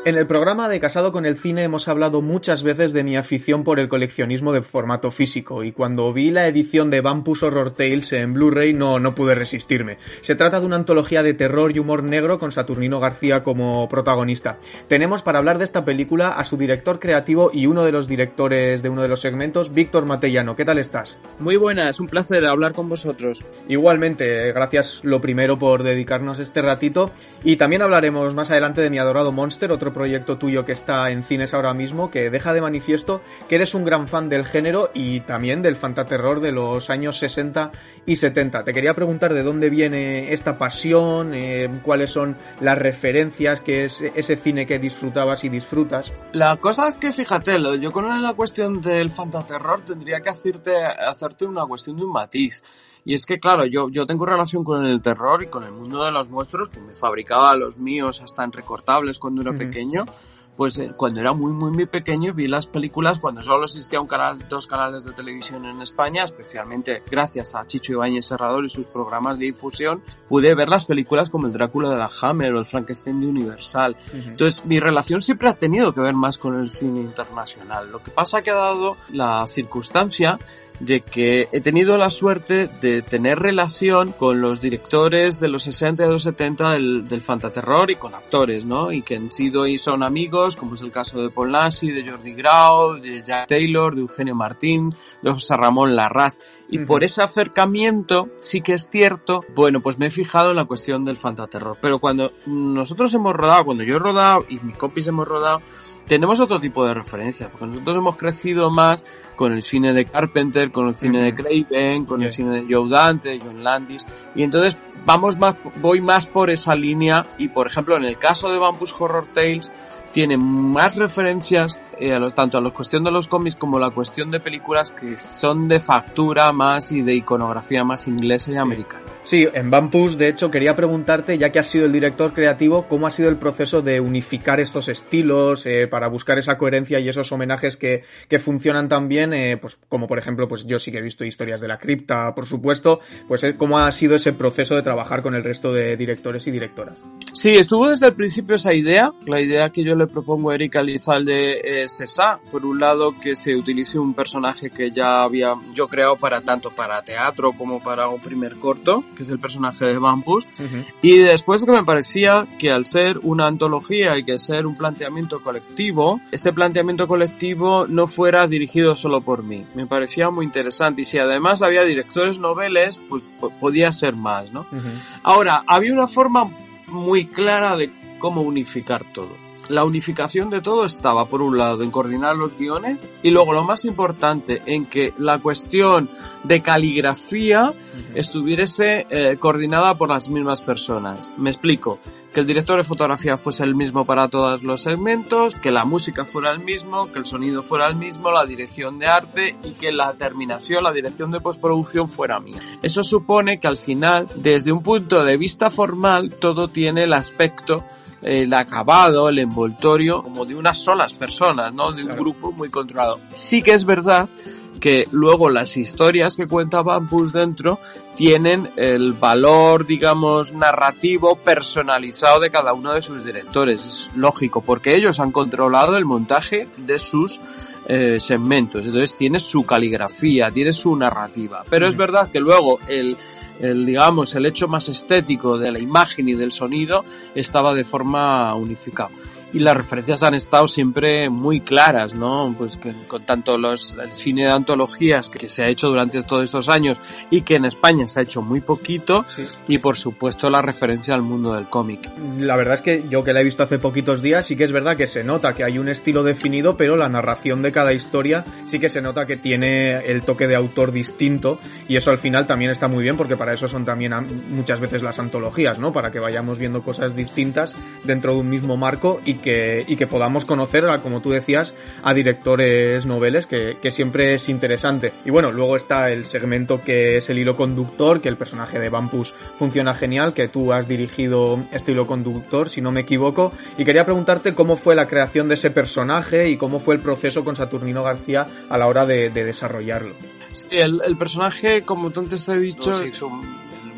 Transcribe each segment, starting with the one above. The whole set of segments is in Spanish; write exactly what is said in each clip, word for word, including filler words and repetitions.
En el programa de Casado con el Cine hemos hablado muchas veces de mi afición por el coleccionismo de formato físico, y cuando vi la edición de Bumpus Horror Tales en Blu-ray no, no pude resistirme. Se trata de una antología de terror y humor negro con Saturnino García como protagonista. Tenemos para hablar de esta película a su director creativo y uno de los directores de uno de los segmentos, Víctor Matellano. ¿Qué tal estás? Muy buenas, un placer hablar con vosotros. Igualmente, gracias lo primero por dedicarnos este ratito, y también hablaremos más adelante de Mi Adorado Monster, otro proyecto tuyo que está en cines ahora mismo, que deja de manifiesto que eres un gran fan del género y también del fantaterror de los años sesenta y setenta. Te quería preguntar de dónde viene esta pasión, eh, cuáles son las referencias, qué es ese cine que disfrutabas y disfrutas. La cosa es que, fíjate, yo con la cuestión del fantaterror tendría que hacerte, hacerte una cuestión de un matiz. Y es que, claro, yo, yo tengo relación con el terror y con el mundo de los monstruos, que me fabricaba los míos hasta en recortables cuando era uh-huh. pequeño. Pues eh, cuando era muy, muy, muy pequeño vi las películas cuando solo existía un canal, dos canales de televisión en España, especialmente gracias a Chicho Ibáñez Serrador y sus programas de difusión, pude ver las películas como el Drácula de la Hammer o el Frankenstein de Universal. Uh-huh. Entonces, mi relación siempre ha tenido que ver más con el cine internacional. Lo que pasa que ha dado la circunstancia de que he tenido la suerte de tener relación con los directores de los sesenta y los setenta del, del fantaterror y con actores, ¿no? Y que han sido y son amigos, como es el caso de Paul Naschy, de Jordi Grau, de Jack Taylor, de Eugenio Martín, de José Ramón Larraz. Y uh-huh. por ese acercamiento, sí que es cierto, bueno, pues me he fijado en la cuestión del fantaterror. Pero cuando nosotros hemos rodado, cuando yo he rodado y mis compis hemos rodado, tenemos otro tipo de referencias, porque nosotros hemos crecido más con el cine de Carpenter, con el cine uh-huh. de Craven, con yeah. el cine de Joe Dante, de John Landis, y entonces vamos más, voy más por esa línea. Y por ejemplo, en el caso de Bumpus Horror Tales, tiene más referencias, eh, a los, tanto a la cuestión de los cómics como la cuestión de películas que son de factura más y de iconografía más inglesa y americana. Sí, en Bumpus, de hecho, quería preguntarte, ya que has sido el director creativo, ¿cómo ha sido el proceso de unificar estos estilos eh, para buscar esa coherencia y esos homenajes que, que funcionan tan bien? Eh, pues como por ejemplo, pues yo sí que he visto Historias de la Cripta, por supuesto, pues eh, ¿cómo ha sido ese proceso de trabajar con el resto de directores y directoras? Sí, estuvo desde el principio esa idea, la idea que yo le propongo a Erika Elizalde es esa, por un lado que se utilice un personaje que ya había yo creado para tanto para teatro como para un primer corto, que es el personaje de Bumpus, uh-huh. y después que me parecía que al ser una antología y que ser un planteamiento colectivo, este planteamiento colectivo no fuera dirigido solo por mí. Me parecía muy interesante, y si además había directores noveles, pues p- podía ser más, ¿no? Uh-huh. Ahora, había una forma muy clara de cómo unificar todo. La unificación de todo estaba, por un lado, en coordinar los guiones, y luego lo más importante, en que la cuestión de caligrafía uh-huh. estuviese eh, coordinada por las mismas personas. Me explico. Que el director de fotografía fuese el mismo para todos los segmentos, que la música fuera el mismo, que el sonido fuera el mismo, la dirección de arte, y que la terminación, la dirección de postproducción fuera mía. Eso supone que al final, desde un punto de vista formal, todo tiene el aspecto, el acabado, el envoltorio, como de unas solas personas, ¿no? De un claro. grupo muy controlado. Sí que es verdad que luego las historias que cuenta Bumpus dentro tienen el valor, digamos, narrativo personalizado de cada uno de sus directores. Es lógico, porque ellos han controlado el montaje de sus eh, segmentos. Entonces tiene su caligrafía, tiene su narrativa. Pero mm. es verdad que luego el el digamos el hecho más estético de la imagen y del sonido estaba de forma unificada. Y las referencias han estado siempre muy claras, ¿no? Pues que con tanto los, el cine de antologías que se ha hecho durante todos estos años y que en España se ha hecho muy poquito, sí. y por supuesto la referencia al mundo del cómic. La verdad es que yo que la he visto hace poquitos días sí que es verdad que se nota que hay un estilo definido, pero la narración de cada historia sí que se nota que tiene el toque de autor distinto, y eso al final también está muy bien, porque para eso son también muchas veces las antologías, ¿no? Para que vayamos viendo cosas distintas dentro de un mismo marco y que, y que podamos conocer, a, como tú decías, a directores noveles, que, que siempre es interesante. Y bueno, luego está el segmento que es el hilo conductor, que el personaje de Bumpus funciona genial, que tú has dirigido este hilo conductor, si no me equivoco, y quería preguntarte cómo fue la creación de ese personaje y cómo fue el proceso con Saturnino García a la hora de, de desarrollarlo. Sí, el, el personaje, como tú antes te he dicho, no, sí. es un, un espectáculo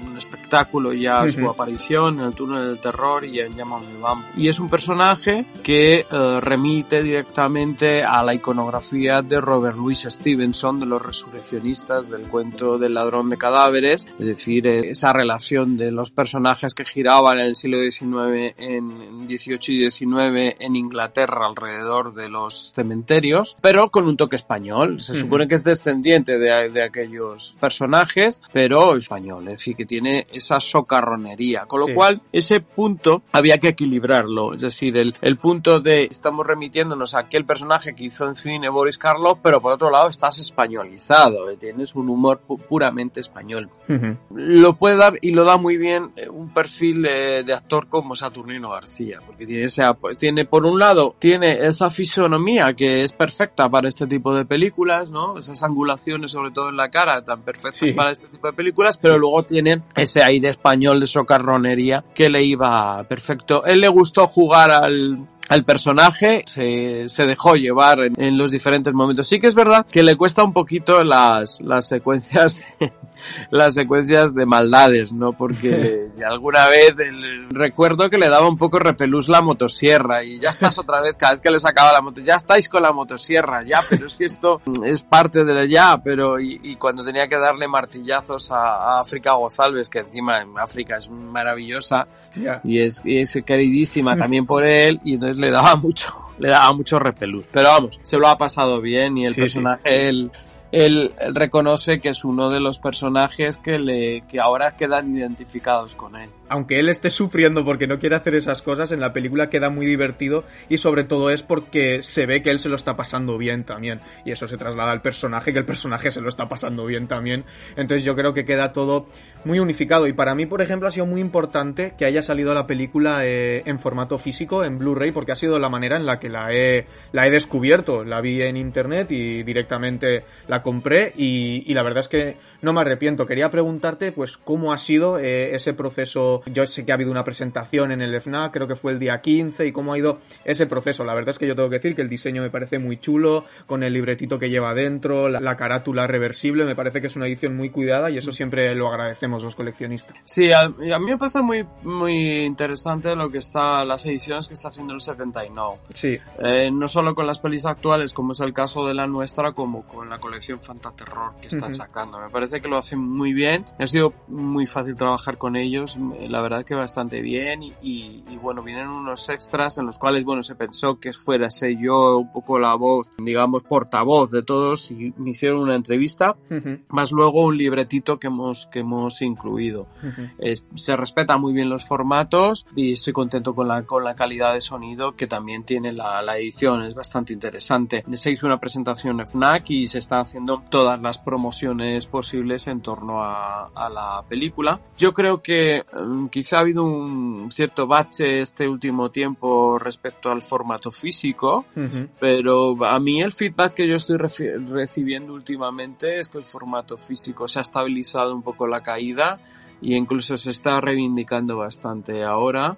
espectáculo ya uh-huh. su aparición en el túnel del terror y en Llámame Vamp. Y es un personaje que uh, remite directamente a la iconografía de Robert Louis Stevenson, de los resurreccionistas del cuento del ladrón de cadáveres, es decir, esa relación de los personajes que giraban en el siglo diecinueve, en dieciocho y diecinueve en Inglaterra alrededor de los cementerios, pero con un toque español. Se uh-huh. supone que es descendiente de, de aquellos personajes, pero español, es decir, que tiene esa socarronería, con lo sí. cual ese punto había que equilibrarlo, es decir, el, el punto de estamos remitiéndonos a aquel personaje que hizo en cine Boris Karloff, pero por otro lado estás españolizado, tienes un humor pu- puramente español. Uh-huh. Lo puede dar y lo da muy bien un perfil de, de actor como Saturnino García, porque tiene esa, tiene por un lado tiene esa fisonomía que es perfecta para este tipo de películas, ¿no? Esas angulaciones sobre todo en la cara tan perfectas sí. para este tipo de películas, pero sí. luego tiene ese aire español de socarronería que le iba perfecto. Él le gustó jugar al al personaje, se, se dejó llevar en, en los diferentes momentos. Sí que es verdad que le cuesta un poquito las, las secuencias de, las secuencias de maldades, ¿no? Porque alguna vez el, recuerdo que le daba un poco repelús la motosierra y ya estás otra vez, cada vez que le sacaba la moto, ya estáis con la motosierra, ya, pero es que esto es parte de la ya, pero y, y cuando tenía que darle martillazos a, a África González, que encima en África es maravillosa yeah. y es, y es queridísima también por él, y entonces le daba mucho, le daba mucho repelús. Pero vamos, se lo ha pasado bien y el sí, personaje, sí. él, él, él reconoce que es uno de los personajes que le, que ahora quedan identificados con él. Aunque él esté sufriendo porque no quiere hacer esas cosas, en la película queda muy divertido y sobre todo es porque se ve que él se lo está pasando bien también. Y eso se traslada al personaje, que el personaje se lo está pasando bien también. Entonces yo creo que queda todo muy unificado. Y para mí, por ejemplo, ha sido muy importante que haya salido la película eh, en formato físico, en Blu-ray, porque ha sido la manera en la que la he, la he descubierto. La vi en internet y directamente la compré y, y la verdad es que no me arrepiento. Quería preguntarte, pues, cómo ha sido eh, ese proceso. Yo sé que ha habido una presentación en el F N A C, creo que fue el día quince, y cómo ha ido ese proceso. La verdad es que yo tengo que decir que el diseño me parece muy chulo, con el libretito que lleva dentro, la, la carátula reversible, me parece que es una edición muy cuidada y eso siempre lo agradecemos los coleccionistas. Sí, a, a mí me parece muy muy interesante lo que está, las ediciones que está haciendo el setenta y nueve. Sí. Eh, no solo con las pelis actuales, como es el caso de la nuestra, como con la colección Fantaterror que están uh-huh. sacando. Me parece que lo hacen muy bien, ha sido muy fácil trabajar con ellos, la verdad que bastante bien y, y, y bueno, vienen unos extras en los cuales, bueno, se pensó que fuera ser yo un poco la voz, digamos, portavoz de todos y me hicieron una entrevista, uh-huh. más luego un libretito que hemos, que hemos incluido. Uh-huh. Es, se respeta muy bien los formatos y estoy contento con la, con la calidad de sonido que también tiene la, la edición, es bastante interesante. Se hizo una presentación en F N A C y se están haciendo todas las promociones posibles en torno a, a la película. Yo creo que quizá ha habido un cierto bache este último tiempo respecto al formato físico, uh-huh. pero a mí el feedback que yo estoy reci- recibiendo últimamente es que el formato físico se ha estabilizado un poco la caída y incluso se está reivindicando bastante ahora.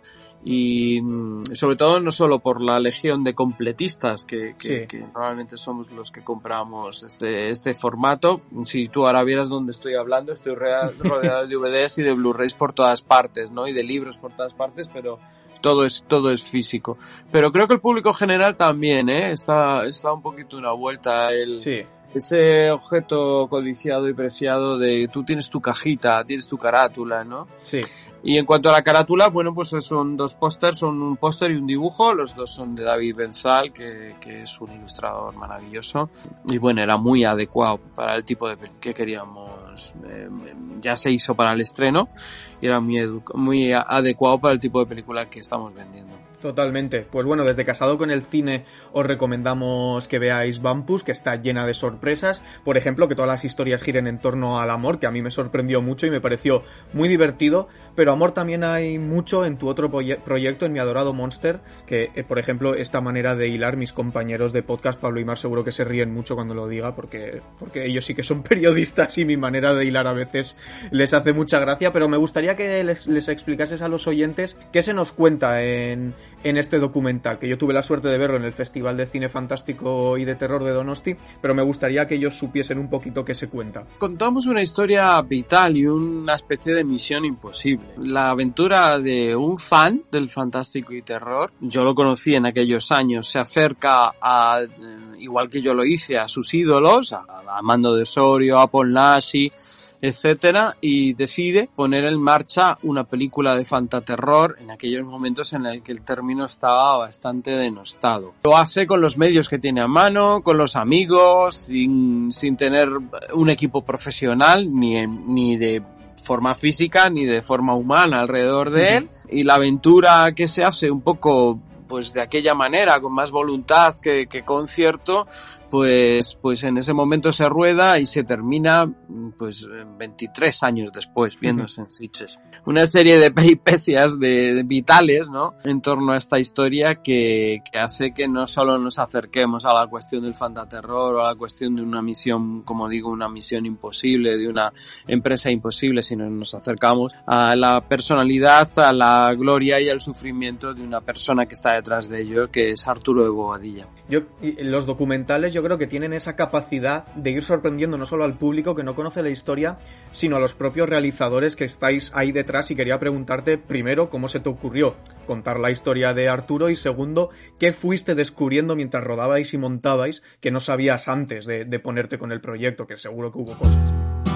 Y sobre todo no solo por la legión de completistas que, que, sí. que normalmente somos los que compramos este, este formato. Si tú ahora vieras dónde estoy hablando, estoy rodeado de D V Ds y de Blu-rays por todas partes, ¿no? Y de libros por todas partes, pero todo es, todo es físico. Pero creo que el público general también, ¿eh? Está, está un poquito una vuelta el... Sí. Ese objeto codiciado y preciado de tú tienes tu cajita, tienes tu carátula, ¿no? Sí. Y en cuanto a la carátula, bueno, pues son dos pósters, son un póster y un dibujo, los dos son de David Benzal, que, que es un ilustrador maravilloso, y bueno, era muy adecuado para el tipo de que queríamos, eh, ya se hizo para el estreno, y era muy, edu- muy adecuado para el tipo de película que estamos vendiendo. Totalmente. Pues bueno, desde Casado con el Cine os recomendamos que veáis Vampus, que está llena de sorpresas. Por ejemplo, que todas las historias giren en torno al amor, que a mí me sorprendió mucho y me pareció muy divertido. Pero amor también hay mucho en tu otro proye- proyecto, en Mi Adorado Monster, que, eh, por ejemplo, esta manera de hilar, mis compañeros de podcast, Pablo y Mar, seguro que se ríen mucho cuando lo diga, porque, porque ellos sí que son periodistas y mi manera manera de hilar a veces les hace mucha gracia, pero me gustaría que les, les explicases a los oyentes qué se nos cuenta en, en este documental, que yo tuve la suerte de verlo en el Festival de Cine Fantástico y de Terror de Donosti, pero me gustaría que ellos supiesen un poquito qué se cuenta. Contamos una historia vital y una especie de misión imposible. La aventura de un fan del fantástico y terror, yo lo conocí en aquellos años, se acerca a, igual que yo lo hice, a sus ídolos, a, a Mando de Osorio, a Paul Naschy, etcétera, y decide poner en marcha una película de fantaterror en aquellos momentos en el que el término estaba bastante denostado. Lo hace con los medios que tiene a mano, con los amigos, sin, sin tener un equipo profesional, ni, ni de forma física, ni de forma humana alrededor de él, y la aventura que se hace un poco pues de aquella manera, con más voluntad que, que concierto, pues, pues en ese momento se rueda y se termina, pues, veintitrés años después, viéndose en Sitges. Una serie de peripecias de, de vitales, ¿no?, en torno a esta historia que, que hace que no solo nos acerquemos a la cuestión del fantaterror o a la cuestión de una misión, como digo, una misión imposible, de una empresa imposible, sino que nos acercamos a la personalidad, a la gloria y al sufrimiento de una persona que está detrás de ello, que es Arturo de Bobadilla. Yo, los documentales, yo creo que tienen esa capacidad de ir sorprendiendo no solo al público que no conoce la historia, sino a los propios realizadores que estáis ahí detrás, y quería preguntarte primero cómo se te ocurrió contar la historia de Arturo y segundo, qué fuiste descubriendo mientras rodabais y montabais que no sabías antes de, de ponerte con el proyecto, que seguro que hubo cosas.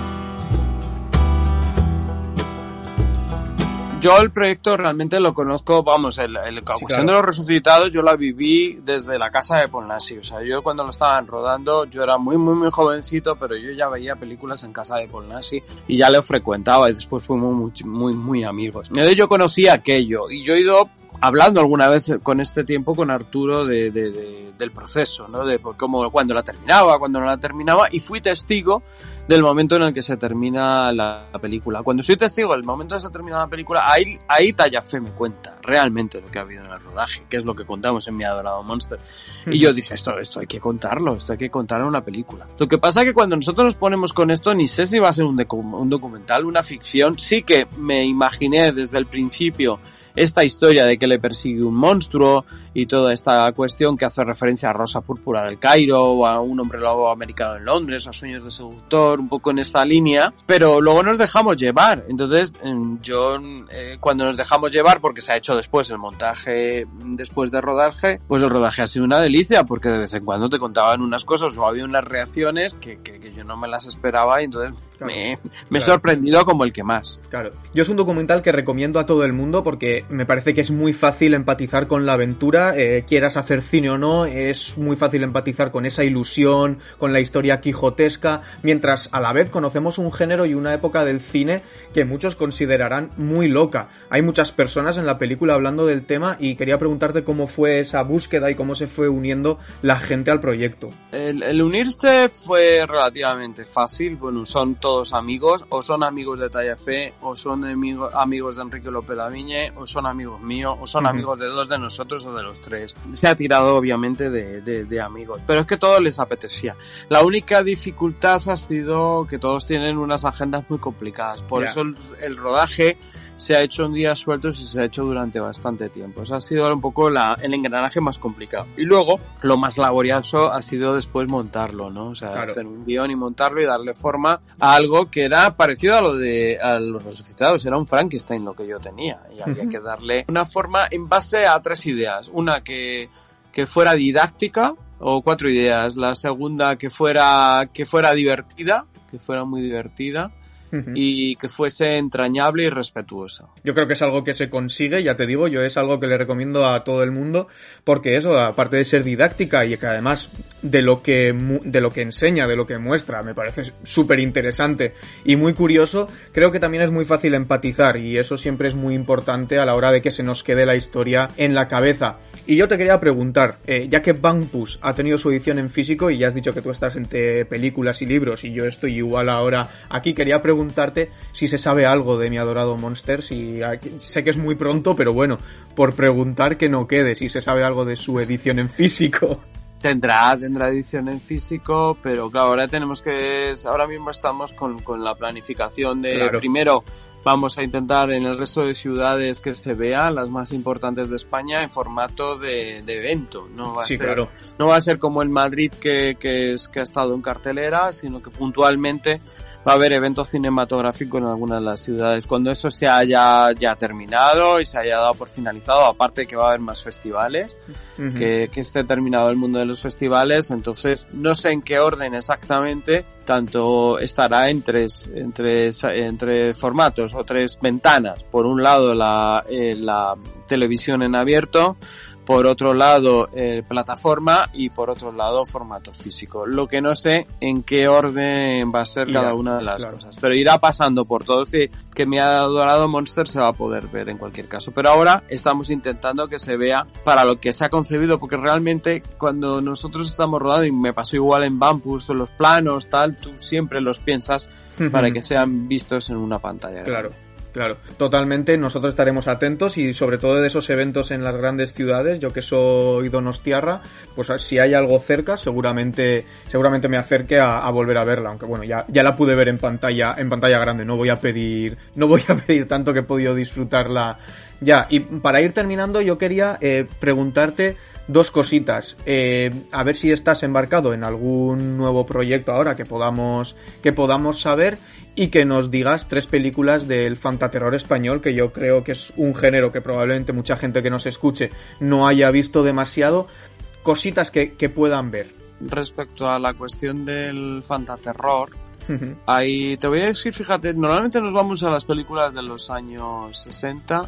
Yo el proyecto realmente lo conozco, vamos, el, el, la sí, cuestión claro. de los resucitados yo la viví desde la casa de Paul Naschy. O sea, yo cuando lo estaban rodando, yo era muy, muy, muy jovencito, pero yo ya veía películas en casa de Paul Naschy y ya le frecuentaba y después fuimos muy, muy, muy amigos. Entonces yo conocía aquello y yo he ido hablando alguna vez con este tiempo con Arturo de, de, de, del proceso, ¿no? De cómo, cuando la terminaba, cuando no la terminaba, y fui testigo del momento en el que se termina la, la película. Cuando soy testigo del momento en que se termina la película, ahí, ahí Tallafe me cuenta realmente lo que ha habido en el rodaje, que es lo que contamos en Mi Adorado Monster. Mm. Y yo dije, esto, esto hay que contarlo, esto hay que contarlo en una película. Lo que pasa es que cuando nosotros nos ponemos con esto, ni sé si va a ser un, docu- un documental, una ficción, sí que me imaginé desde el principio esta historia de que le persigue un monstruo y toda esta cuestión que hace referencia a Rosa Púrpura del Cairo o a Un hombre lobo americano en Londres, a Sueños de seductor, un poco en esta línea, pero luego nos dejamos llevar. Entonces yo eh, cuando nos dejamos llevar, porque se ha hecho después el montaje después de rodaje, pues el rodaje ha sido una delicia, porque de vez en cuando te contaban unas cosas o había unas reacciones que, que, que yo no me las esperaba y entonces claro, me, me he claro. sorprendido como el que más. Claro. Yo es un documental que recomiendo a todo el mundo porque me parece que es muy fácil empatizar con la aventura, eh, quieras hacer cine o no, es muy fácil empatizar con esa ilusión, con la historia quijotesca, mientras a la vez conocemos un género y una época del cine que muchos considerarán muy loca. Hay muchas personas en la película hablando del tema y quería preguntarte cómo fue esa búsqueda y cómo se fue uniendo la gente al proyecto. El, el unirse fue relativamente fácil, bueno, son todos amigos, o son amigos de Tallafe, o son amigo, amigos de Enrique López Lavigne, o son amigos míos, o son uh-huh. amigos de dos de nosotros o de los tres. Se ha tirado obviamente de, de, de amigos, pero es que todos les apetecía. La única dificultad ha sido que todos tienen unas agendas muy complicadas, por yeah. eso el, el rodaje se ha hecho en días sueltos y se ha hecho durante bastante tiempo. Eso ha sido un poco la, el engranaje más complicado. Y luego, lo más laborioso ha sido después montarlo, ¿no? O sea, claro. hacer un guión y montarlo y darle forma a algo que era parecido a lo de a los resucitados. Era un Frankenstein lo que yo tenía. Y había uh-huh. que darle una forma en base a tres ideas. Una que, que fuera didáctica, o cuatro ideas. La segunda que fuera, que fuera divertida, que fuera muy divertida. Uh-huh. Y que fuese entrañable y respetuosa. Yo creo que es algo que se consigue, ya te digo, yo es algo que le recomiendo a todo el mundo, porque eso, aparte de ser didáctica y que además de lo que de lo que enseña, de lo que muestra, me parece súper interesante y muy curioso, creo que también es muy fácil empatizar y eso siempre es muy importante a la hora de que se nos quede la historia en la cabeza. Y yo te quería preguntar, eh, ya que Bunkpus ha tenido su edición en físico y ya has dicho que tú estás entre películas y libros y yo estoy igual ahora aquí, quería preguntar preguntarte si se sabe algo de Mi Adorado Monster, si sé que es muy pronto, pero bueno, por preguntar que no quede, si se sabe algo de su edición en físico. Tendrá, tendrá edición en físico, pero claro, ahora tenemos que, ahora mismo estamos con, con la planificación de, claro. Primero, vamos a intentar en el resto de ciudades que se vea, las más importantes de España, en formato de, de evento. No va a sí, ser, claro. No va a ser como en Madrid que, que, es, que ha estado en cartelera, sino que puntualmente va a haber evento cinematográfico en algunas de las ciudades. Cuando eso se haya ya terminado y se haya dado por finalizado, aparte de que va a haber más festivales, uh-huh. que, que esté terminado el mundo de los festivales, entonces no sé en qué orden exactamente, tanto estará en tres, en tres, en tres formatos o tres ventanas. Por un lado la, eh, la televisión en abierto, por otro lado eh, plataforma y por otro lado formato físico. Lo que no sé en qué orden va a ser irá, cada una de las claro. cosas, pero irá pasando por todo. Es decir, que Mi Adorado Monster se va a poder ver en cualquier caso, pero ahora estamos intentando que se vea para lo que se ha concebido, porque realmente cuando nosotros estamos rodando, y me pasó igual en Vampus, los planos, tal, tú siempre los piensas para que sean vistos en una pantalla. Claro. Claro, totalmente, nosotros estaremos atentos y sobre todo de esos eventos en las grandes ciudades, yo que soy donostiarra, pues si hay algo cerca seguramente seguramente me acerque a, a volver a verla, aunque bueno, ya ya la pude ver en pantalla en pantalla grande, no voy a pedir no voy a pedir tanto, que he podido disfrutarla ya. Y para ir terminando yo quería eh, preguntarte dos cositas, eh, a ver si estás embarcado en algún nuevo proyecto ahora que podamos que podamos saber, y que nos digas tres películas del fantaterror español, que yo creo que es un género que probablemente mucha gente que nos escuche no haya visto demasiado, cositas que, que puedan ver. Respecto a la cuestión del fantaterror, uh-huh. ahí te voy a decir, fíjate, normalmente nos vamos a las películas de los años sesenta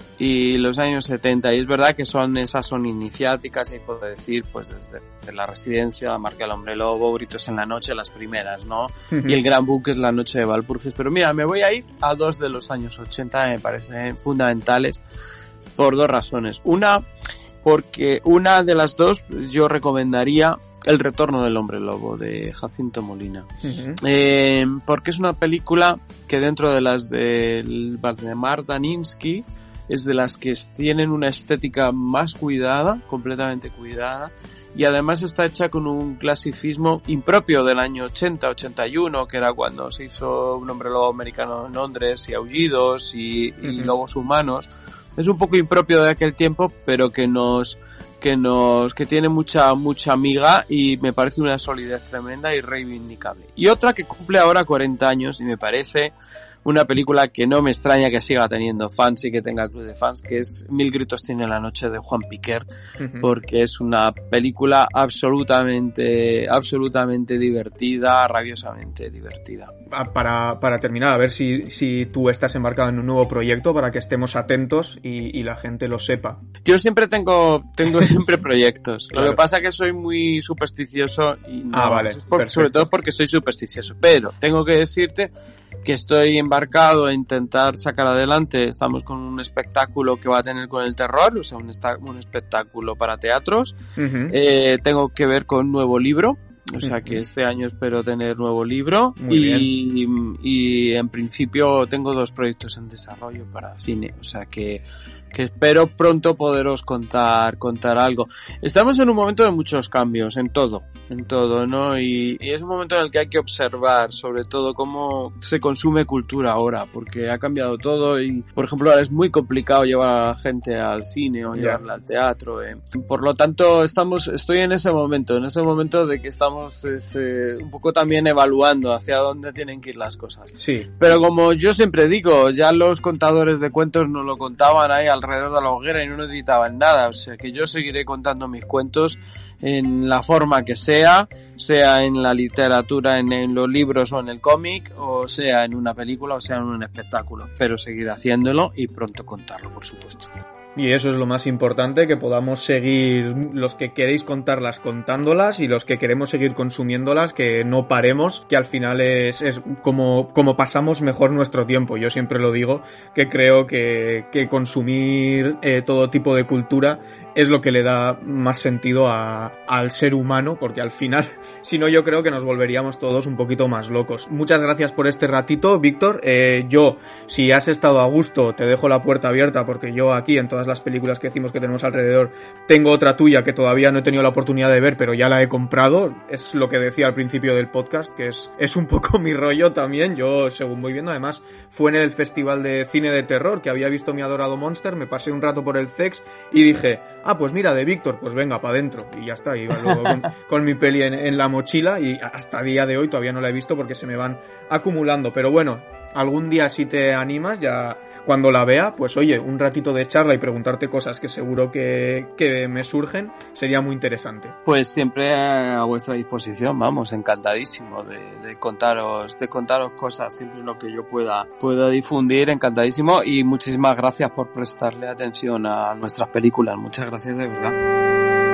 y los años setenta, y es verdad que son esas son iniciáticas, y puedo decir, pues desde La Residencia, La Marca del Hombre Lobo, Gritos en la Noche, las primeras, ¿no? Uh-huh. Y El Gran Buque es La Noche de Walpurgis. Pero mira, me voy a ir a dos de los años ochenta, me parecen fundamentales por dos razones. Una, porque una de las dos yo recomendaría El Retorno del Hombre Lobo, de Jacinto Molina. Uh-huh. Eh, porque es una película que dentro de las del Valdemar Daninsky es de las que tienen una estética más cuidada, completamente cuidada, y además está hecha con un clasicismo impropio del año ochenta, ochenta y uno, que era cuando se hizo Un Hombre Lobo Americano en Londres, y Aullidos, y, y uh-huh. Lobos Humanos. Es un poco impropio de aquel tiempo, pero que nos, que nos, que tiene mucha, mucha miga, y me parece una solidez tremenda y reivindicable. Y otra que cumple ahora cuarenta años, y me parece una película que no me extraña que siga teniendo fans y que tenga club de fans, que es Mil Gritos tiene la noche, de Juan Piquer, uh-huh. porque es una película absolutamente, absolutamente divertida, rabiosamente divertida. Para, para terminar, a ver si, si tú estás embarcado en un nuevo proyecto para que estemos atentos y, y la gente lo sepa. Yo siempre tengo, tengo siempre proyectos. Claro. Lo que pasa es que soy muy supersticioso y no, ah, vale, por, sobre todo porque soy supersticioso, pero tengo que decirte que estoy embarcado a intentar sacar adelante. Estamos con un espectáculo que va a tener con el terror, o sea, un, esta- un espectáculo para teatros. Uh-huh. Eh, tengo que ver con un nuevo libro, o sea uh-huh. que este año espero tener nuevo libro. Muy y, bien. y en principio tengo dos proyectos en desarrollo para cine, o sea que que espero pronto poderos contar contar algo. Estamos en un momento de muchos cambios en todo, en todo, ¿no? Y, y es un momento en el que hay que observar sobre todo cómo se consume cultura ahora, porque ha cambiado todo y, por ejemplo, ahora es muy complicado llevar a la gente al cine o yeah. llevarla al teatro. ¿eh? Por lo tanto, estamos estoy en ese momento, en ese momento de que estamos es, eh, un poco también evaluando hacia dónde tienen que ir las cosas. Sí. Pero como yo siempre digo, ya los contadores de cuentos nos lo contaban ahí al alrededor de la hoguera y no necesitaban nada, o sea que yo seguiré contando mis cuentos en la forma que sea, sea en la literatura, en, en los libros o en el cómic, o sea en una película o sea en un espectáculo, pero seguir haciéndolo y pronto contarlo, por supuesto. Y eso es lo más importante, que podamos seguir, los que queréis contarlas contándolas y los que queremos seguir consumiéndolas, que no paremos, que al final es, es como, como pasamos mejor nuestro tiempo. Yo siempre lo digo, que creo que, que consumir eh, todo tipo de cultura es lo que le da más sentido a, al ser humano, porque al final, si no, yo creo que nos volveríamos todos un poquito más locos. Muchas gracias por este ratito, Víctor. Eh, yo, si has estado a gusto, te dejo la puerta abierta, porque yo aquí en todas todas las películas que decimos que tenemos alrededor. Tengo otra tuya que todavía no he tenido la oportunidad de ver, pero ya la he comprado. Es lo que decía al principio del podcast, que es, es un poco mi rollo también. Yo, según voy viendo, además, fue en el Festival de Cine de Terror, que había visto Mi Adorado Monster, me pasé un rato por el C E X y dije, ah, pues mira, de Víctor, pues venga, para adentro. Y ya está, iba luego con, con mi peli en, en la mochila y hasta día de hoy todavía no la he visto porque se me van acumulando. Pero bueno, algún día si te animas, ya cuando la vea, pues oye, un ratito de charla y preguntarte cosas que seguro que, que me surgen, sería muy interesante. Pues siempre a vuestra disposición, vamos, encantadísimo de, de contaros, de contaros cosas, siempre lo que yo pueda, pueda difundir, encantadísimo, y muchísimas gracias por prestarle atención a nuestras películas, muchas gracias de verdad.